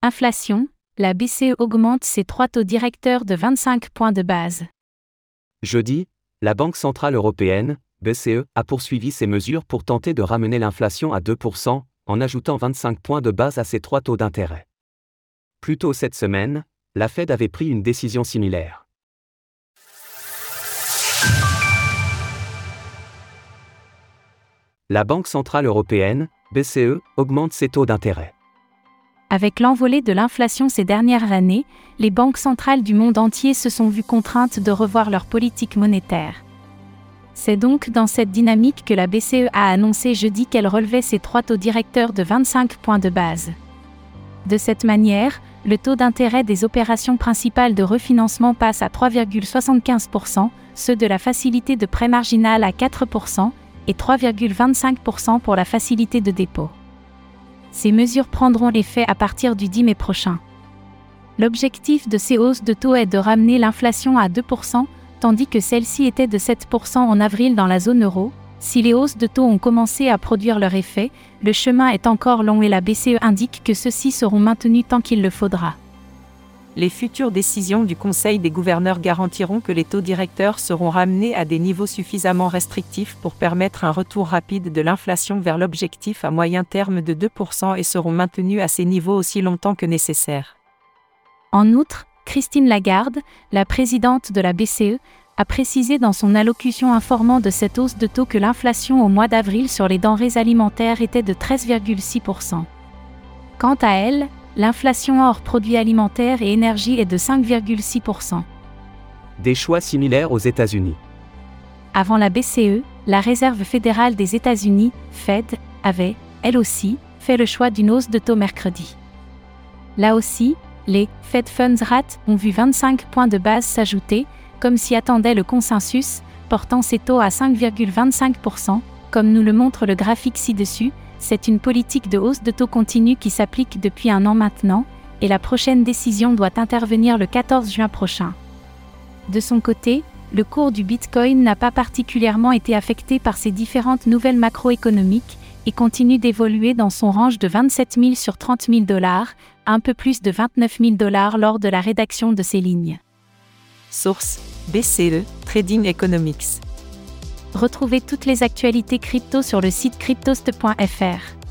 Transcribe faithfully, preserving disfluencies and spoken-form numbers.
Inflation, la B C E augmente ses trois taux directeurs de vingt-cinq points de base. Jeudi, la Banque centrale européenne, B C E, a poursuivi ses mesures pour tenter de ramener l'inflation à deux pour cent, en ajoutant vingt-cinq points de base à ses trois taux d'intérêt. Plus tôt cette semaine, la Fed avait pris une décision similaire. La Banque centrale européenne, B C E, augmente ses taux d'intérêt. Avec l'envolée de l'inflation ces dernières années, les banques centrales du monde entier se sont vues contraintes de revoir leur politique monétaire. C'est donc dans cette dynamique que la B C E a annoncé jeudi qu'elle relevait ses trois taux directeurs de vingt-cinq points de base. De cette manière, le taux d'intérêt des opérations principales de refinancement passe à trois virgule soixante-quinze pour cent, ceux de la facilité de prêt marginal à quatre pour cent et trois virgule vingt-cinq pour cent pour la facilité de dépôt. Ces mesures prendront effet à partir du dix mai prochain. L'objectif de ces hausses de taux est de ramener l'inflation à deux pour cent, tandis que celle-ci était de sept pour cent en avril dans la zone euro. Si les hausses de taux ont commencé à produire leur effet, le chemin est encore long et la B C E indique que ceux-ci seront maintenus tant qu'il le faudra. Les futures décisions du Conseil des gouverneurs garantiront que les taux directeurs seront ramenés à des niveaux suffisamment restrictifs pour permettre un retour rapide de l'inflation vers l'objectif à moyen terme de deux pour cent et seront maintenus à ces niveaux aussi longtemps que nécessaire. En outre, Christine Lagarde, la présidente de la B C E, a précisé dans son allocution informant de cette hausse de taux que l'inflation au mois d'avril sur les denrées alimentaires était de treize virgule six pour cent. Quant à elle, l'inflation hors produits alimentaires et énergie est de cinq virgule six pour cent. Des choix similaires aux États-Unis. Avant la B C E, la Réserve fédérale des États-Unis, Fed, avait, elle aussi, fait le choix d'une hausse de taux mercredi. Là aussi, les Fed Funds Rate ont vu vingt-cinq points de base s'ajouter, comme s'y attendait le consensus, portant ces taux à cinq virgule vingt-cinq pour cent, comme nous le montre le graphique ci-dessus. C'est une politique de hausse de taux continue qui s'applique depuis un an maintenant, et la prochaine décision doit intervenir le quatorze juin prochain. De son côté, le cours du Bitcoin n'a pas particulièrement été affecté par ces différentes nouvelles macroéconomiques, et continue d'évoluer dans son range de vingt-sept mille sur trente mille dollars, un peu plus de vingt-neuf mille dollars lors de la rédaction de ces lignes. Source: B C E, Trading Economics. Retrouvez toutes les actualités crypto sur le site cryptost point f r.